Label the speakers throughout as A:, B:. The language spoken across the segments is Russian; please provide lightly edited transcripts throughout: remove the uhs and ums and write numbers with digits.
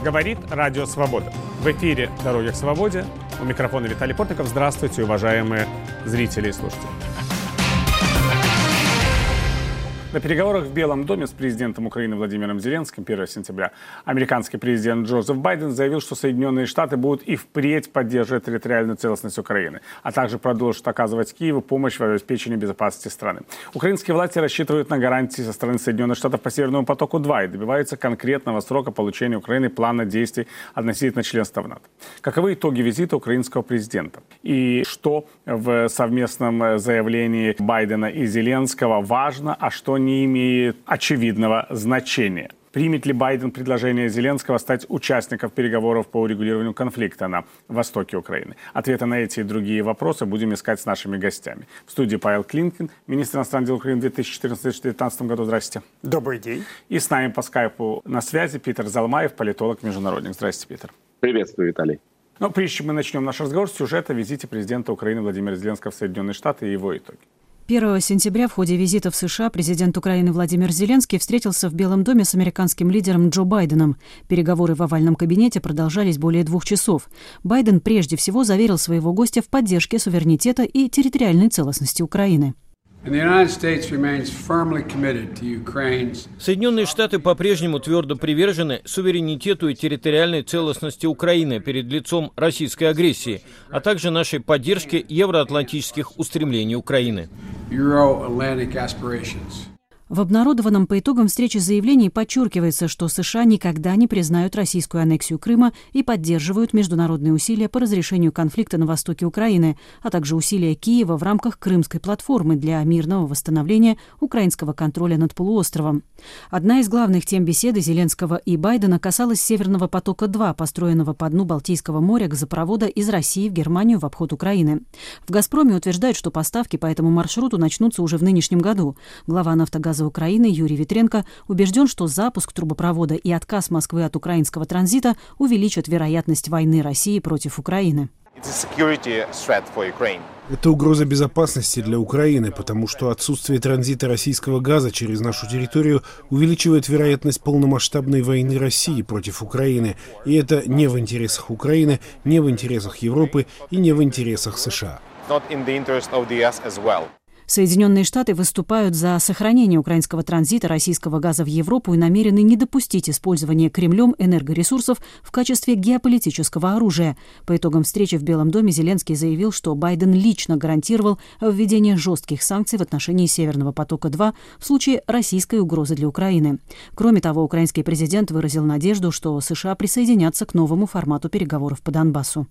A: Говорит Радио Свобода. В эфире «Дороги к свободе». У микрофона Виталий Портников. Здравствуйте, уважаемые зрители и слушатели. На переговорах в Белом доме с президентом Украины Владимиром Зеленским 1 сентября американский президент Джозеф Байден заявил, что Соединенные Штаты будут и впредь поддерживать территориальную целостность Украины, а также продолжат оказывать Киеву помощь в обеспечении безопасности страны. Украинские власти рассчитывают на гарантии со стороны Соединенных Штатов по Северному потоку-2 и добиваются конкретного срока получения Украины плана действий относительно членства в НАТО. Каковы итоги визита украинского президента? И что в совместном заявлении Байдена и Зеленского важно, а что не имеет очевидного значения? Примет ли Байден предложение Зеленского стать участником переговоров по урегулированию конфликта на востоке Украины? Ответы на эти и другие вопросы будем искать с нашими гостями. В студии Павел Климкин, министр иностранных дел Украины в 2014-2019 году. Здравствуйте.
B: Добрый день.
A: И с нами по скайпу на связи Питер Залмаев, политолог-международник. Здравствуйте, Питер.
C: Приветствую, Виталий.
A: Но прежде чем мы начнем наш разговор, сюжет о визите президента Украины Владимира Зеленского в Соединенные Штаты и его итоги.
D: 1 сентября в ходе визита в США президент Украины Владимир Зеленский встретился в Белом доме с американским лидером Джо Байденом. Переговоры в овальном кабинете продолжались более 2 часов. Байден прежде всего заверил своего гостя в поддержке суверенитета и территориальной целостности Украины.
E: Соединенные Штаты по-прежнему твердо привержены суверенитету и территориальной целостности Украины перед лицом российской агрессии, а также нашей поддержке евроатлантических устремлений Украины.
D: В обнародованном по итогам встречи заявлении подчеркивается, что США никогда не признают российскую аннексию Крыма и поддерживают международные усилия по разрешению конфликта на востоке Украины, а также усилия Киева в рамках Крымской платформы для мирного восстановления украинского контроля над полуостровом. Одна из главных тем беседы Зеленского и Байдена касалась Северного потока-2, построенного по дну Балтийского моря газопровода из России в Германию в обход Украины. В «Газпроме» утверждают, что поставки по этому маршруту начнутся уже в нынешнем году. Глава «Нафтогаза» Украины Юрий Витренко убежден, что запуск трубопровода и отказ Москвы от украинского транзита увеличат вероятность войны России против Украины.
B: Это угроза безопасности для Украины, потому что отсутствие транзита российского газа через нашу территорию увеличивает вероятность полномасштабной войны России против Украины. И это не в интересах Украины, не в интересах Европы и не в интересах США.
D: Соединенные Штаты выступают за сохранение украинского транзита российского газа в Европу и намерены не допустить использования Кремлем энергоресурсов в качестве геополитического оружия. По итогам встречи в Белом доме Зеленский заявил, что Байден лично гарантировал введение жестких санкций в отношении Северного потока-2 в случае российской угрозы для Украины. Кроме того, украинский президент выразил надежду, что США присоединятся к новому формату переговоров по Донбассу.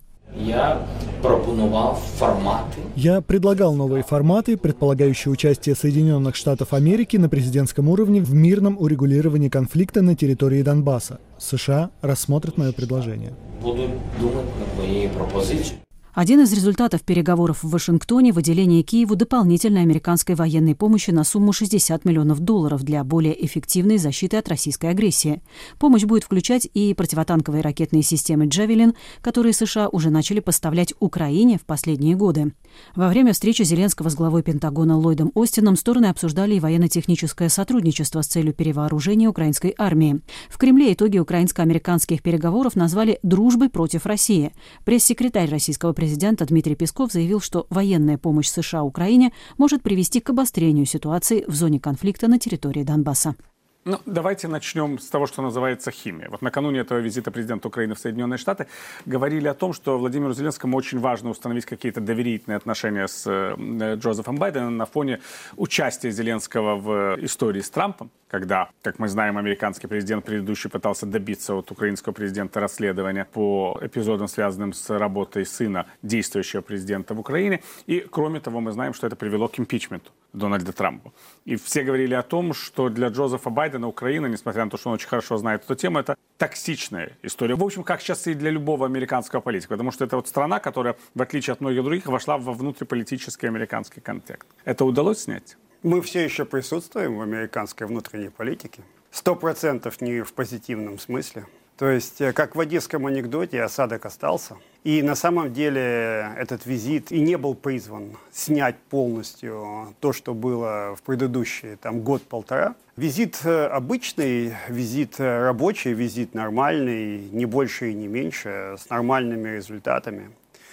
F: Я предлагал новые форматы, предполагающие участие Соединенных Штатов Америки на президентском уровне в мирном урегулировании конфликта на территории Донбасса. США рассмотрят мое предложение.
E: Буду думать над твоей пропозицией.
D: Один из результатов переговоров в Вашингтоне – выделение Киеву дополнительной американской военной помощи на сумму $60 миллионов для более эффективной защиты от российской агрессии. Помощь будет включать и противотанковые ракетные системы «Джавелин», которые США уже начали поставлять Украине в последние годы. Во время встречи Зеленского с главой Пентагона Ллойдом Остином стороны обсуждали и военно-техническое сотрудничество с целью перевооружения украинской армии. В Кремле итоги украинско-американских переговоров назвали «дружбой против России». Пресс-секретарь российского президента Дмитрий Песков заявил, что военная помощь США Украине может привести к обострению ситуации в зоне конфликта на территории Донбасса.
A: Давайте начнем с того, что называется химия. Вот накануне этого визита президента Украины в Соединенные Штаты говорили о том, что Владимиру Зеленскому очень важно установить какие-то доверительные отношения с Джозефом Байденом на фоне участия Зеленского в истории с Трампом, когда, как мы знаем, американский президент предыдущий пытался добиться от украинского президента расследования по эпизодам, связанным с работой сына действующего президента в Украине. И, кроме того, мы знаем, что это привело к импичменту Дональда Трампа. И все говорили о том, что для Джозефа Байдена Украина, несмотря на то, что он очень хорошо знает эту тему, это токсичная история. В общем, как сейчас и для любого американского политика. Потому что это вот страна, которая, в отличие от многих других, вошла во внутриполитический американский контекст. Это удалось снять?
B: Мы все еще присутствуем в американской внутренней политике. 100% не в позитивном смысле.
C: То есть, как в одесском анекдоте, осадок остался. И на самом деле этот визит и не был призван снять полностью то, что было в предыдущие год-полтора. Визит обычный, визит рабочий, визит нормальный, не больше и не меньше, с нормальными результатами.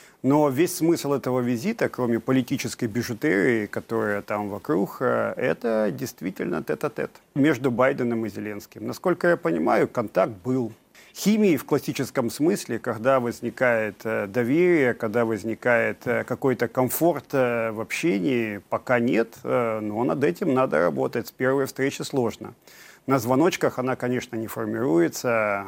C: Но весь смысл этого визита, кроме политической бижутерии, которая там вокруг, это действительно тет-а-тет между Байденом и Зеленским. Насколько я понимаю, контакт был. Химии в классическом смысле, когда возникает доверие, когда возникает какой-то комфорт в общении, пока нет, но над этим надо работать. С первой встречи сложно. На звоночках она, конечно, не формируется,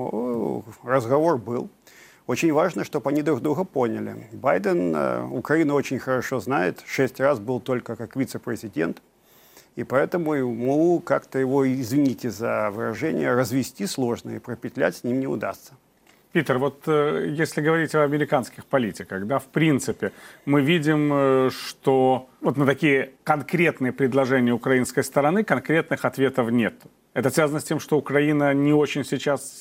C: но разговор был. Очень важно, чтобы они друг друга поняли. Байден Украину очень хорошо знает, 6 раз был только как вице-президент. И поэтому ему как-то его, извините за выражение, развести сложно, и пропетлять с ним не удастся.
A: Питер, вот если говорить о американских политиках, да, в принципе, мы видим, что вот на такие конкретные предложения украинской стороны конкретных ответов нет. Это связано с тем, что Украина не очень сейчас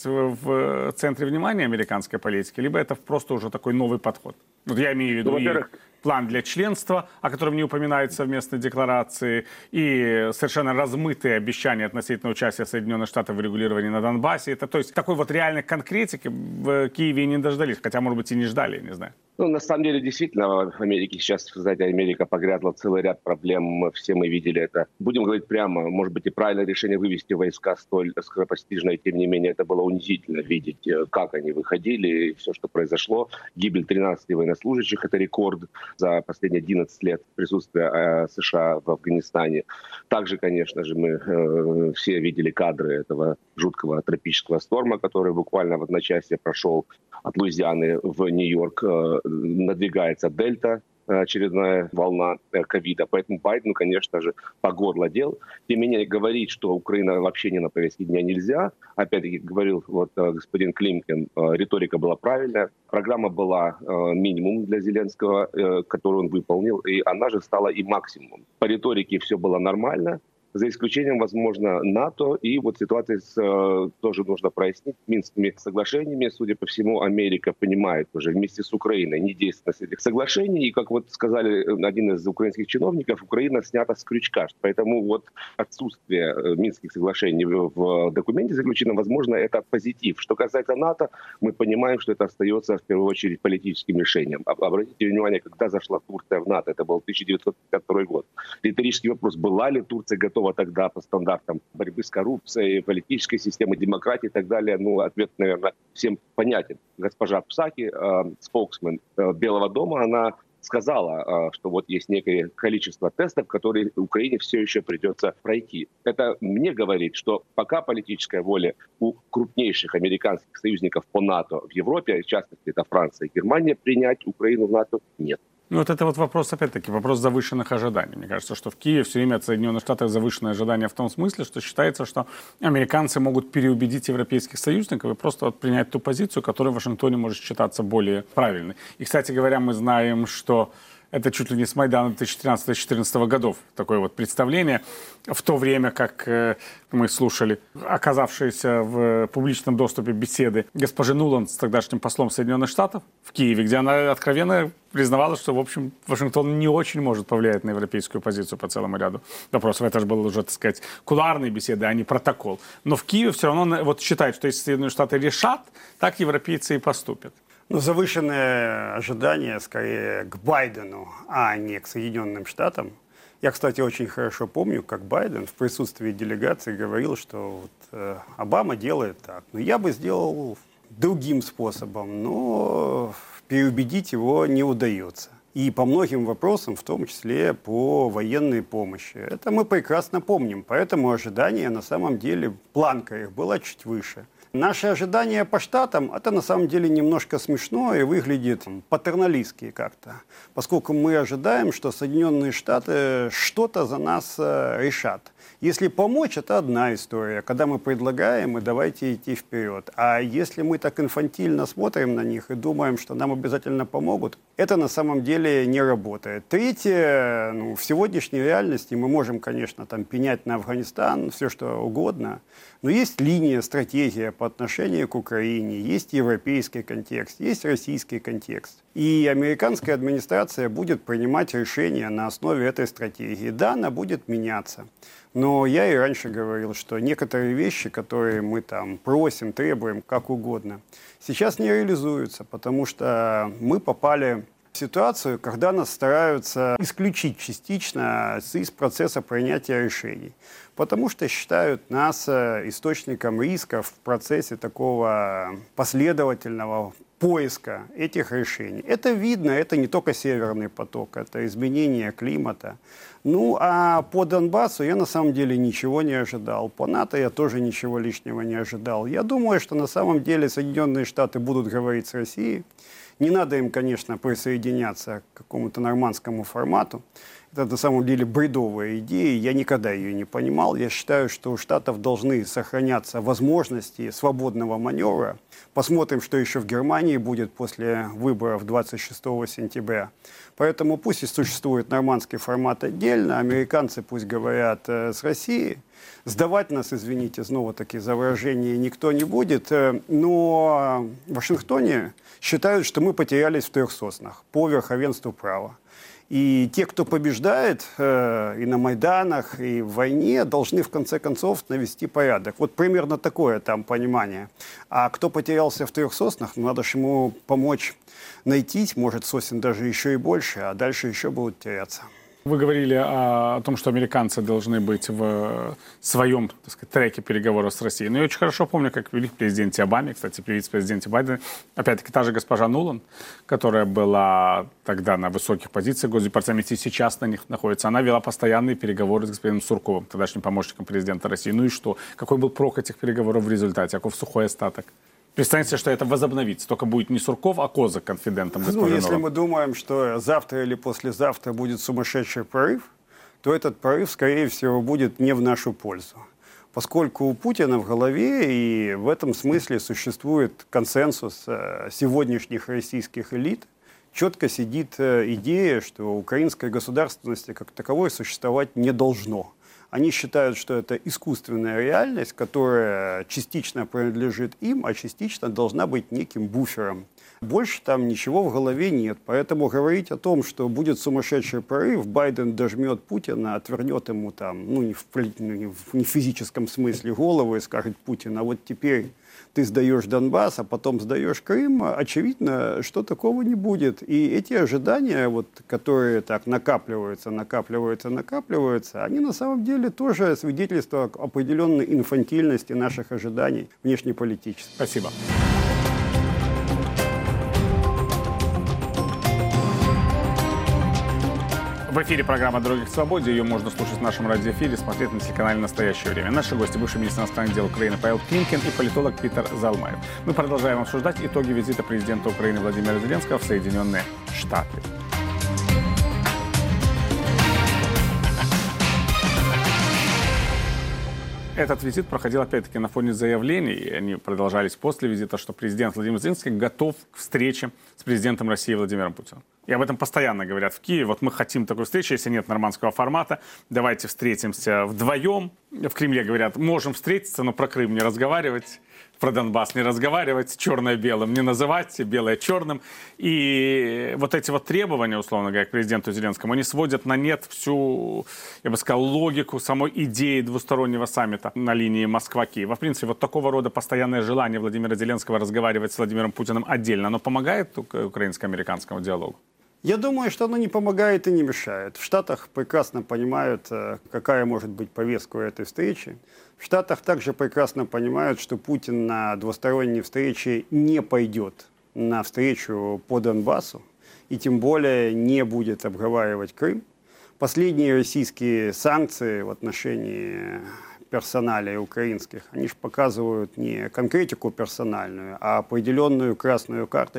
A: в центре внимания американской политики, либо это просто уже такой новый подход? Вот я имею в виду и план для членства, о котором не упоминается в совместной декларации, и совершенно размытые обещания относительно участия Соединенных Штатов в регулировании на Донбассе. Это, то есть такой вот реальной конкретики в Киеве и не дождались, хотя, может быть, и не ждали, я не знаю.
G: Ну, на самом деле, действительно, в Америке сейчас, знаете, Америка погрязла в целый ряд проблем, все мы видели это. Будем говорить прямо, может быть, и правильное решение вывести войска столь скоропостижно, и тем не менее это было унизительно видеть, как они выходили, и все, что произошло. Гибель 13 военнослужащих – это рекорд за последние 11 лет присутствия США в Афганистане. Также, конечно же, мы все видели кадры этого жуткого тропического шторма, который буквально в одночасье прошел от Луизианы в Нью-Йорк. Надвигается дельта, очередная волна ковида. Поэтому Байдену, конечно же, по горло дел. Тем не менее, говорить, что Украина вообще не на повестке дня, нельзя. Опять-таки, говорил господин Климкин, риторика была правильная. Программа была минимум для Зеленского, которую он выполнил, и она же стала и максимумом. По риторике все было нормально. За исключением, возможно, НАТО. И вот ситуацию тоже нужно прояснить. Минскими соглашениями, судя по всему, Америка понимает уже вместе с Украиной недейственность этих соглашений. И, как вот сказали один из украинских чиновников, Украина снята с крючка. Поэтому вот отсутствие Минских соглашений в документе заключенном, возможно, это позитив. Что касается НАТО, мы понимаем, что это остается в первую очередь политическим решением. Обратите внимание, когда зашла Турция в НАТО, это был 1952 год. Риторический вопрос, была ли Турция готова тогда по стандартам борьбы с коррупцией, политической системы, демократии и так далее. Ну, ответ, наверное, всем понятен. Госпожа Псаки, споксмен Белого дома, она сказала, что вот есть некое количество тестов, которые Украине все еще придется пройти. Это мне говорит, что пока политическая воля у крупнейших американских союзников по НАТО в Европе, в частности, это Франция и Германия, принять Украину в НАТО нет.
A: Ну, вот это вот вопрос, опять-таки, вопрос завышенных ожиданий. Мне кажется, что в Киеве все время от Соединенных Штатов завышенные ожидания в том смысле, что считается, что американцы могут переубедить европейских союзников и просто принять ту позицию, которая в Вашингтоне может считаться более правильной. И, кстати говоря, мы знаем, что это чуть ли не с Майдана 2013-2014 годов такое вот представление. В то время, как мы слушали оказавшиеся в публичном доступе беседы госпожи Нуланд с тогдашним послом Соединенных Штатов в Киеве, где она откровенно признавала, что, в общем, Вашингтон не очень может повлиять на европейскую позицию по целому ряду вопросов. Это же было уже, так сказать, кулуарные беседы, а не протокол. Но в Киеве все равно вот считают, что если Соединенные Штаты решат, так европейцы и поступят.
C: Ну, завышенные ожидания скорее к Байдену, а не к Соединенным Штатам. Я, кстати, очень хорошо помню, как Байден в присутствии делегации говорил, что вот, Обама делает так. Но я бы сделал другим способом, но переубедить его не удается. И по многим вопросам, в том числе по военной помощи. Это мы прекрасно помним. Поэтому ожидания, на самом деле, планка их была чуть выше. Наши ожидания по штатам, это на самом деле немножко смешно и выглядит патерналистски как-то. Поскольку мы ожидаем, что Соединенные Штаты что-то за нас решат. Если помочь, это одна история. Когда мы предлагаем, и давайте идти вперед. А если мы так инфантильно смотрим на них и думаем, что нам обязательно помогут, это на самом деле не работает. Третье, в сегодняшней реальности мы можем, конечно, там пенять на Афганистан, все что угодно, но есть линия, стратегия по отношению к Украине, есть европейский контекст, есть российский контекст. И американская администрация будет принимать решения на основе этой стратегии. Да, она будет меняться. Но я и раньше говорил, что некоторые вещи, которые мы там просим, требуем, как угодно, сейчас не реализуются, потому что мы попали в ситуацию, когда нас стараются исключить частично из процесса принятия решений, потому что считают нас источником рисков в процессе такого последовательного поиска этих решений. Это видно, это не только Северный поток, это изменение климата. Ну, а по Донбассу я на самом деле ничего не ожидал. По НАТО я тоже ничего лишнего не ожидал. Я думаю, что на самом деле Соединенные Штаты будут говорить с Россией. Не надо им, конечно, присоединяться к какому-то нормандскому формату. Это на самом деле бредовая идея, я никогда ее не понимал. Я считаю, что у Штатов должны сохраняться возможности свободного маневра. Посмотрим, что еще в Германии будет после выборов 26 сентября. Поэтому пусть и существует нормандский формат отдельно, американцы пусть говорят с Россией. Сдавать нас, извините, снова-таки за выражение никто не будет, но в Вашингтоне считают, что мы потерялись в трех соснах по верховенству права. И те, кто побеждает и на Майданах, и в войне, должны в конце концов навести порядок. Вот примерно такое там понимание. А кто потерялся в трех соснах, надо же ему помочь найтись, может, сосен даже еще и больше, а дальше еще будут теряться.
A: Вы говорили о том, что американцы должны быть в своем, так сказать, треке переговоров с Россией. Но я очень хорошо помню, как вели к президенте Обаме, кстати, при вице-президенте Байдене, опять-таки та же госпожа Нуланд, которая была тогда на высоких позициях в Госдепартаменте, сейчас на них находится. Она вела постоянные переговоры с господином Сурковым, тогдашним помощником президента России. Ну и что? Какой был прок этих переговоров в результате? Каков сухой остаток? Представьте, что это возобновится. Только будет не Сурков, а Козак конфидентом.
C: Ну, если мы думаем, что завтра или послезавтра будет сумасшедший прорыв, то этот прорыв, скорее всего, будет не в нашу пользу. Поскольку у Путина в голове, и в этом смысле существует консенсус сегодняшних российских элит, четко сидит идея, что украинской государственности как таковой существовать не должно. Они считают, что это искусственная реальность, которая частично принадлежит им, а частично должна быть неким буфером. Больше там ничего в голове нет. Поэтому говорить о том, что будет сумасшедший прорыв, Байден дожмет Путина, отвернет ему там, не в физическом смысле голову и скажет Путину, а вот теперь ты сдаешь Донбасс, а потом сдаешь Крым, очевидно, что такого не будет. И эти ожидания, которые так накапливаются, они на самом деле тоже свидетельствуют о определенной инфантильности наших ожиданий внешнеполитических.
A: Спасибо. В эфире программа «Дороги к свободе». Ее можно слушать в нашем радиоэфире, смотреть на телеканале «Настоящее время». Наши гости – бывший министр иностранных дел Украины Павел Климкин и политолог Питер Залмаев. Мы продолжаем обсуждать итоги визита президента Украины Владимира Зеленского в Соединенные Штаты. Этот визит проходил, опять-таки, на фоне заявлений, и они продолжались после визита, что президент Владимир Зеленский готов к встрече с президентом России Владимиром Путиным. И об этом постоянно говорят в Киеве. Вот мы хотим такой встречи, если нет нормандского формата, давайте встретимся вдвоем. В Кремле говорят, можем встретиться, но про Крым не разговаривать, про Донбасс не разговаривать, черное белым не называть, белое черным. И вот эти вот требования, условно говоря, к президенту Зеленскому, они сводят на нет всю, я бы сказал, логику самой идеи двустороннего саммита на линии Москва-Киев. В принципе, вот такого рода постоянное желание Владимира Зеленского разговаривать с Владимиром Путиным отдельно, оно помогает украинско-американскому диалогу?
C: Я думаю, что оно не помогает и не мешает. В Штатах прекрасно понимают, какая может быть повестка у этой встречи. В Штатах также прекрасно понимают, что Путин на двусторонней встрече не пойдет на встречу по Донбассу и тем более не будет обговаривать Крым. Последние российские санкции в отношении персоналей украинских, они же показывают не конкретику персональную, а определенную красную карточку.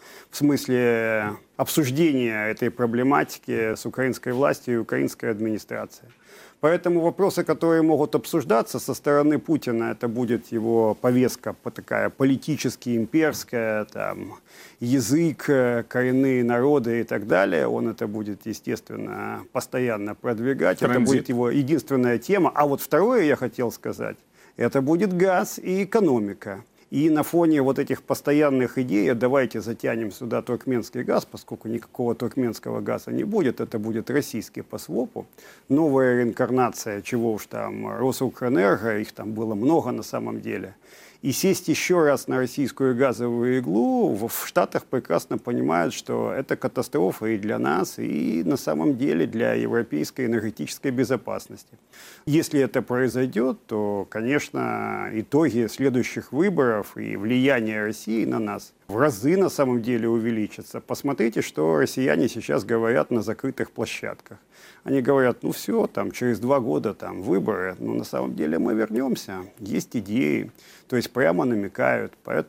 C: в смысле обсуждения этой проблематики с украинской властью и украинской администрацией. Поэтому вопросы, которые могут обсуждаться со стороны Путина, это будет его повестка такая политически имперская, там, язык, коренные народы и так далее. Он это будет, естественно, постоянно продвигать.
A: Транзит.
C: Это будет его единственная тема. А вот второе я хотел сказать, это будет газ и экономика. И на фоне вот этих постоянных идей, давайте затянем сюда туркменский газ, поскольку никакого туркменского газа не будет, это будет российский по свопу. Новая реинкарнация, чего уж там, Росукрэнерго, их там было много на самом деле. И сесть еще раз на российскую газовую иглу в Штатах прекрасно понимают, что это катастрофа и для нас, и на самом деле для европейской энергетической безопасности. Если это произойдет, то, конечно, итоги следующих выборов и влияние России на нас в разы на самом деле увеличатся. Посмотрите, что россияне сейчас говорят на закрытых площадках. Они говорят, ну все, там через 2 года там выборы, но на самом деле мы вернемся, есть идеи, то есть прямо намекают.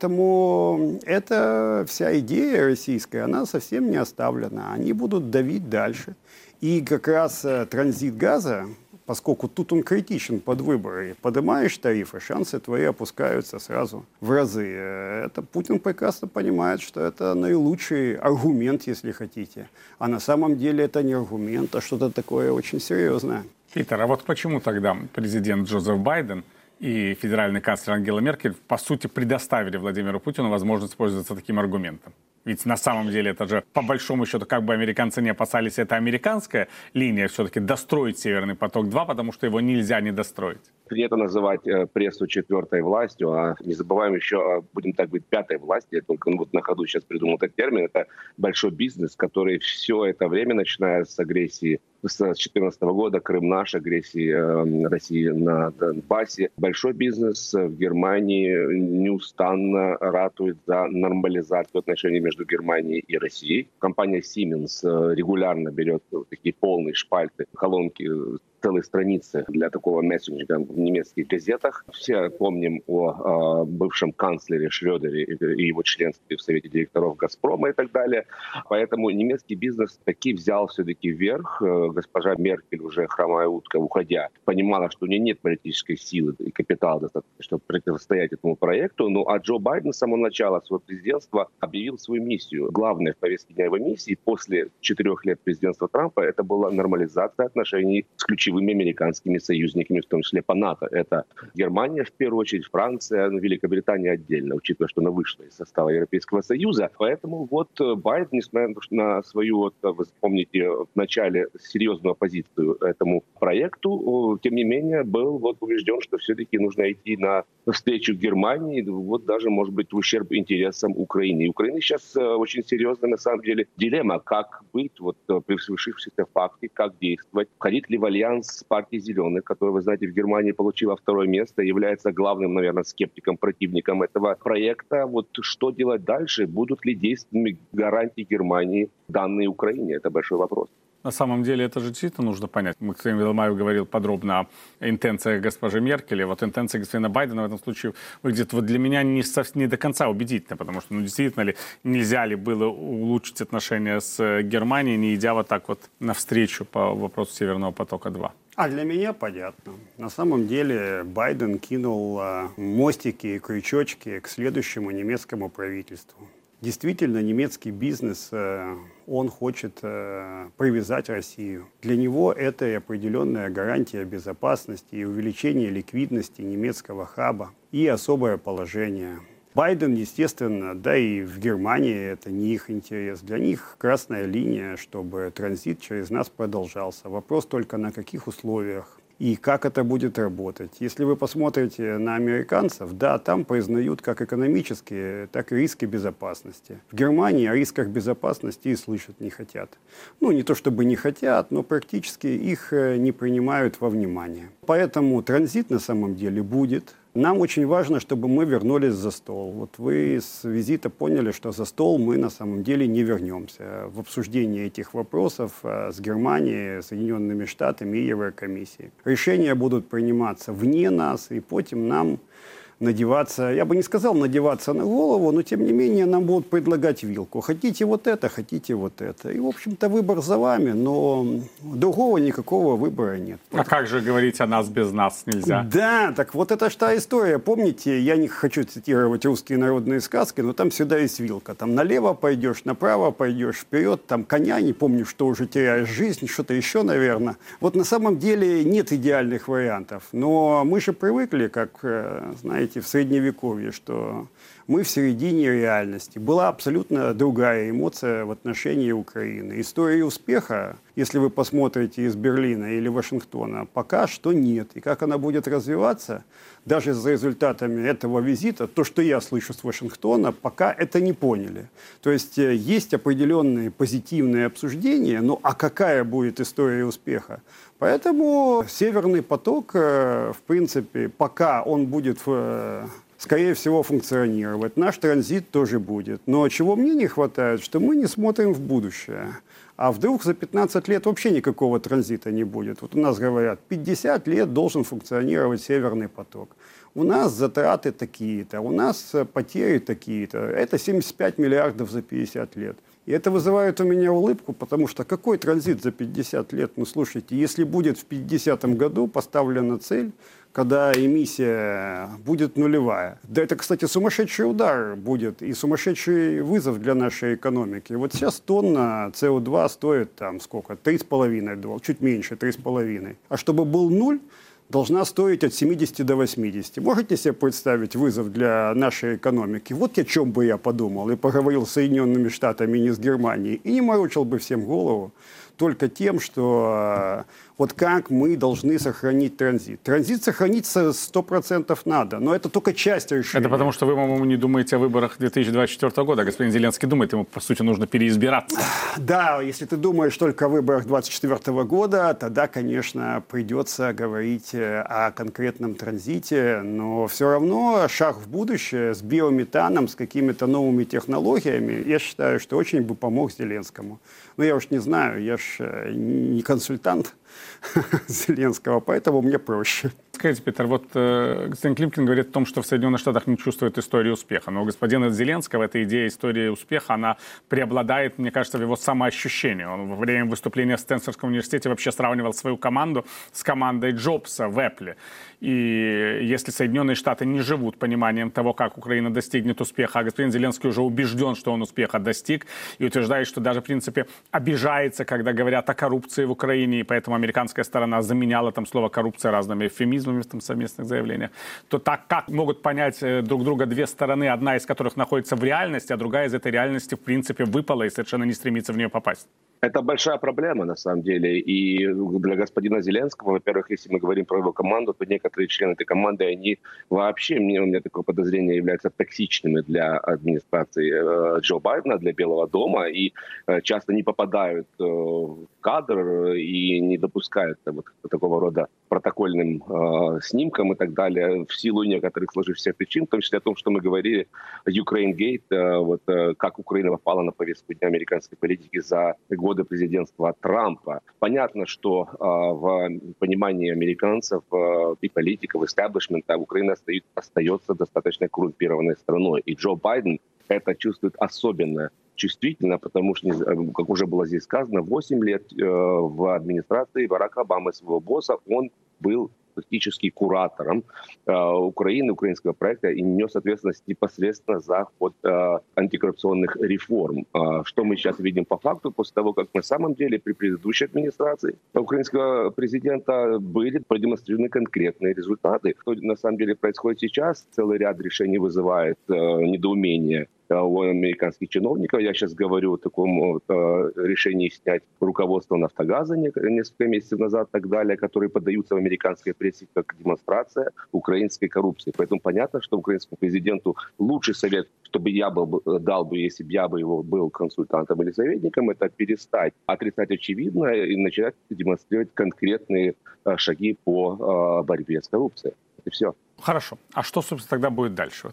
C: Поэтому эта вся идея российская, она совсем не оставлена, они будут давить дальше. И как раз транзит газа, поскольку тут он критичен под выборы, поднимаешь тарифы, шансы твои опускаются сразу в разы. Это Путин прекрасно понимает, что это наилучший аргумент, если хотите. А на самом деле это не аргумент, а что-то такое очень серьезное.
A: Питер, а вот почему тогда президент Джозеф Байден и федеральный канцлер Ангела Меркель, по сути, предоставили Владимиру Путину возможность пользоваться таким аргументом? Ведь на самом деле это же, по большому счету, как бы американцы не опасались, это американская линия все-таки достроить Северный поток-2, потому что его нельзя не достроить.
G: Принято называть прессу четвертой властью, а не забываем еще, будем так говорить, пятой властью. Я только вот на ходу сейчас придумал этот термин. Это большой бизнес, который все это время, начиная с агрессии с 2014 года, Крым наш, агрессии России на Донбассе. Большой бизнес в Германии неустанно ратует за нормализацию отношений между Германией и Россией. Компания Siemens регулярно берет такие полные шпальты, колонки, целые страницы для такого мессенджера в немецких газетах. Все помним о бывшем канцлере Шрёдере и его членстве в Совете директоров «Газпрома» и так далее. Поэтому немецкий бизнес таки взял все-таки вверх. Госпожа Меркель, уже хромая утка, уходя, понимала, что у нее нет политической силы и капитала достаточно, чтобы противостоять этому проекту. Ну а Джо Байден с самого начала своего президентства объявил свою миссию. Главное в повестке дня его миссии после 4 лет президентства Трампа это была нормализация отношений с ключевыми американскими союзниками, в том числе по НАТО. Это Германия, в первую очередь, Франция, Великобритания отдельно, учитывая, что она вышла из состава Европейского Союза. Поэтому вот Байден, несмотря на свою, вот, вы помните, в начале серьезную оппозицию этому проекту, тем не менее, был вот убежден, что все-таки нужно идти на встречу Германии, вот даже, может быть, в ущерб интересам Украины. И Украина сейчас очень серьезная, на самом деле, дилемма, как быть вот при свершившемся факте, как действовать, входить ли в альянс с партией «Зеленых», которая, вы знаете, в Германии получила 2-е место, является главным, наверное, скептиком, противником этого проекта. Вот что делать дальше? Будут ли действенными гарантии Германии, данные Украине? Это большой вопрос.
A: На самом деле это же действительно нужно понять. Максим Велмаев говорил подробно о интенциях госпожи Меркель. Вот интенции господина Байдена в этом случае выглядит вот для меня не до конца убедительно, потому что действительно ли нельзя ли было улучшить отношения с Германией, не идя вот так вот навстречу по вопросу Северного потока-2?
C: А для меня понятно. На самом деле Байден кинул мостики и крючочки к следующему немецкому правительству. Действительно, немецкий бизнес, он хочет привязать Россию. Для него это и определенная гарантия безопасности, и увеличение ликвидности немецкого хаба, и особое положение. Байден, естественно, да и в Германии это не их интерес. Для них красная линия, чтобы транзит через нас продолжался. Вопрос только на каких условиях и как это будет работать. Если вы посмотрите на американцев, да, там признают как экономические, так и риски безопасности. В Германии о рисках безопасности и слышать не хотят. Ну, не то чтобы не хотят, но практически их не принимают во внимание. Поэтому транзит на самом деле будет. Нам очень важно, чтобы мы вернулись за стол. Вот вы с визита поняли, что за стол мы на самом деле не вернемся в обсуждении этих вопросов с Германией, Соединенными Штатами и Еврокомиссией. Решения будут приниматься вне нас, и потом нам надеваться, я бы не сказал надеваться на голову, но тем не менее нам будут предлагать вилку. Хотите вот это, хотите вот это. И, в общем-то, выбор за вами, но другого никакого выбора нет.
A: А как же говорить о нас без нас нельзя?
C: Да, так вот это ж та история. Помните, я не хочу цитировать русские народные сказки, но там всегда есть вилка. Там налево пойдешь, направо пойдешь, вперед, там коня, не помню, что уже теряешь жизнь, что-то еще, наверное. Вот на самом деле нет идеальных вариантов. Но мы же привыкли, как, знаете, в Средневековье, что мы в середине реальности. Была абсолютно другая эмоция в отношении Украины. Истории успеха, если вы посмотрите из Берлина или Вашингтона, пока что нет. И как она будет развиваться, даже за результатами этого визита, то, что я слышу с Вашингтона, пока это не поняли. То есть есть определенные позитивные обсуждения, но а какая будет история успеха? Поэтому Северный поток, в принципе, пока он будет скорее всего, функционировать. Наш транзит тоже будет. Но чего мне не хватает, что мы не смотрим в будущее. А вдруг за 15 лет вообще никакого транзита не будет. Вот у нас говорят, 50 лет должен функционировать Северный поток. У нас затраты такие-то, у нас потери такие-то. Это 75 миллиардов за 50 лет. И это вызывает у меня улыбку, потому что какой транзит за 50 лет? Ну, слушайте, если будет в 50-м году поставлена цель, когда эмиссия будет нулевая. Да это, кстати, сумасшедший удар будет и сумасшедший вызов для нашей экономики. Вот сейчас тонна СО2 стоит там сколько? 3,5, чуть меньше, 3,5. А чтобы был нуль, должна стоить от 70 до 80. Можете себе представить вызов для нашей экономики? Вот о чем бы я подумал и поговорил с Соединенными Штатами, не с Германией, и не морочил бы всем голову только тем, что вот как мы должны сохранить транзит. Транзит сохранить 100% надо, но это только часть решения.
A: Это потому, что вы, по-моему, не думаете о выборах 2024 года. Господин Зеленский думает, ему, по сути, нужно переизбираться.
C: Да, если ты думаешь только о выборах 2024 года, тогда, конечно, придется говорить о конкретном транзите, но все равно шаг в будущее с биометаном, с какими-то новыми технологиями, я считаю, что очень бы помог Зеленскому. Но я уж не знаю, я ж не консультант Зеленского, поэтому мне проще.
A: Скажите, Питер, вот господин Климкин говорит о том, что в Соединенных Штатах не чувствует истории успеха. Но у господина Зеленского эта идея истории успеха, она преобладает, мне кажется, в его самоощущении. Он во время выступления в Стэнфордском университете вообще сравнивал свою команду с командой Джобса в Apple. И если Соединенные Штаты не живут пониманием того, как Украина достигнет успеха, а господин Зеленский уже убежден, что он успеха достиг, и утверждает, что даже, в принципе, обижается, когда говорят о коррупции в Украине, и поэтому американская сторона заменяла там слово «коррупция» разными эвфемизмами в этом совместных заявлениях, то так как могут понять друг друга две стороны, одна из которых находится в реальности, а другая из этой реальности, в принципе, выпала и совершенно не стремится в нее попасть?
G: Это большая проблема, на самом деле. И для господина Зеленского, во-первых, если мы говорим про его команду, то некоторые члены этой команды, они вообще, у меня такое подозрение, являются токсичными для администрации Джо Байдена, для Белого дома, и часто не попадают в кадр и не допускают вот такого рода протокольным снимкам и так далее, в силу некоторых сложившихся причин, в том числе о том, что мы говорили, Ukraine-Gate, вот как Украина попала на повестку дня американской политики за годы президентства Трампа. Понятно, что в понимании американцев и политиков, и истеблишмента Украина остается достаточно коррумпированной страной. И Джо Байден это чувствует особенно чувствительно, потому что, как уже было здесь сказано, 8 лет в администрации Барака Обамы, своего босса, он был фактически куратором Украины, украинского проекта и нес ответственность непосредственно за ход антикоррупционных реформ. Что мы сейчас видим по факту, после того, как на самом деле при предыдущей администрации украинского президента были продемонстрированы конкретные результаты. Что на самом деле происходит сейчас, целый ряд решений вызывает недоумение у американских чиновников. Я сейчас говорю о таком решении снять руководство «Нафтогаза» несколько месяцев назад и так далее, которые поддаются в американской прессе как демонстрация украинской коррупции. Поэтому понятно, что украинскому президенту лучший совет, чтобы я дал бы, если бы я его был консультантом или советником, это перестать отрицать очевидное и начать демонстрировать конкретные шаги по борьбе с коррупцией. Это все.
A: Хорошо. А что, собственно, тогда будет дальше?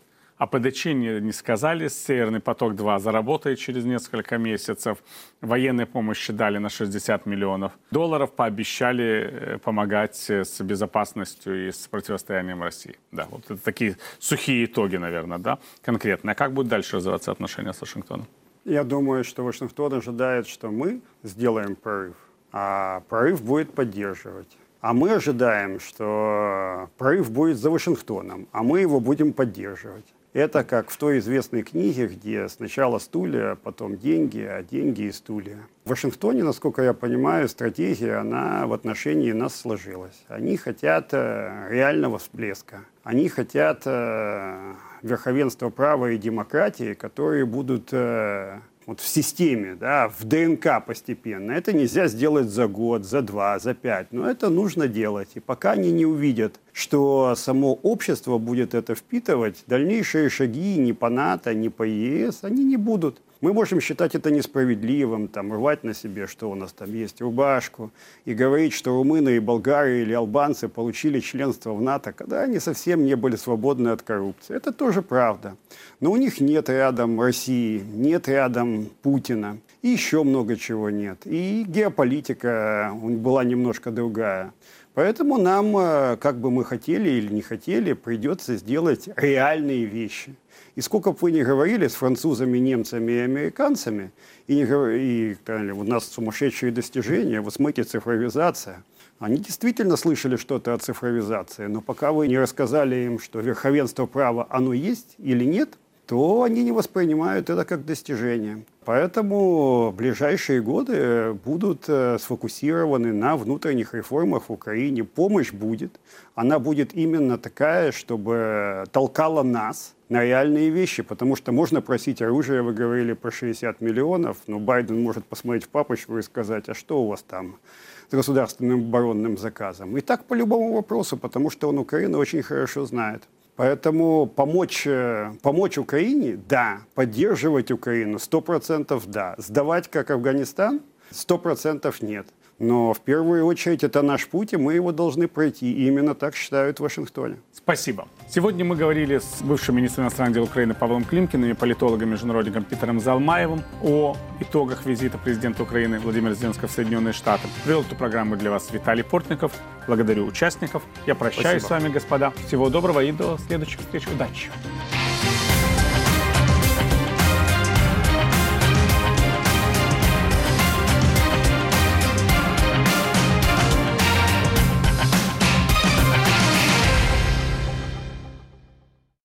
A: О ПДЧ не сказали. Северный поток-2 заработает через несколько месяцев. Военной помощи дали на $60 миллионов. Пообещали помогать с безопасностью и с противостоянием России. Да, вот это такие сухие итоги, наверное, да, конкретно. А как будут дальше развиваться отношения с Вашингтоном?
C: Я думаю, что Вашингтон ожидает, что мы сделаем прорыв, а прорыв будет поддерживать. А мы ожидаем, что прорыв будет за Вашингтоном, а мы его будем поддерживать. Это как в той известной книге, где сначала стулья, а потом деньги, а деньги и стулья. В Вашингтоне, насколько я понимаю, стратегия, она в отношении нас сложилась. Они хотят реального всплеска. Они хотят верховенства права и демократии, которые будут вот в системе, да, в ДНК постепенно. Это нельзя сделать за год, за 2, за 5, но это нужно делать. И пока они не увидят, что само общество будет это впитывать, дальнейшие шаги ни по НАТО, ни по ЕС, они не будут. Мы можем считать это несправедливым, там, рвать на себе, что у нас там есть, рубашку, и говорить, что румыны и болгары или албанцы получили членство в НАТО, когда они совсем не были свободны от коррупции. Это тоже правда. Но у них нет рядом России, нет рядом Путина. И еще много чего нет. И геополитика была немножко другая. Поэтому нам, как бы мы хотели или не хотели, придется сделать реальные вещи. И сколько бы вы ни говорили с французами, немцами и американцами, у нас сумасшедшие достижения, вот смотрите, цифровизация. Они действительно слышали что-то о цифровизации, но пока вы не рассказали им, что верховенство права, оно есть или нет, то они не воспринимают это как достижение. Поэтому ближайшие годы будут сфокусированы на внутренних реформах в Украине. Помощь будет. Она будет именно такая, чтобы толкала нас на реальные вещи, потому что можно просить оружие, вы говорили про 60 миллионов, но Байден может посмотреть в папочку и сказать, а что у вас там с государственным оборонным заказом? И так по любому вопросу, потому что он Украину очень хорошо знает. Поэтому помочь Украине, да, поддерживать Украину 100% да, сдавать как Афганистан 100% нет. Но в первую очередь это наш путь, и мы его должны пройти. И именно так считают в Вашингтоне.
A: Спасибо. Сегодня мы говорили с бывшим министром иностранных дел Украины Павлом Климкиным и политологом-международником Питером Залмаевым о итогах визита президента Украины Владимира Зеленского в Соединенные Штаты. Привел эту программу для вас Виталий Портников. Благодарю участников. Я прощаюсь с вами, господа. Всего доброго и до следующих встреч. Удачи!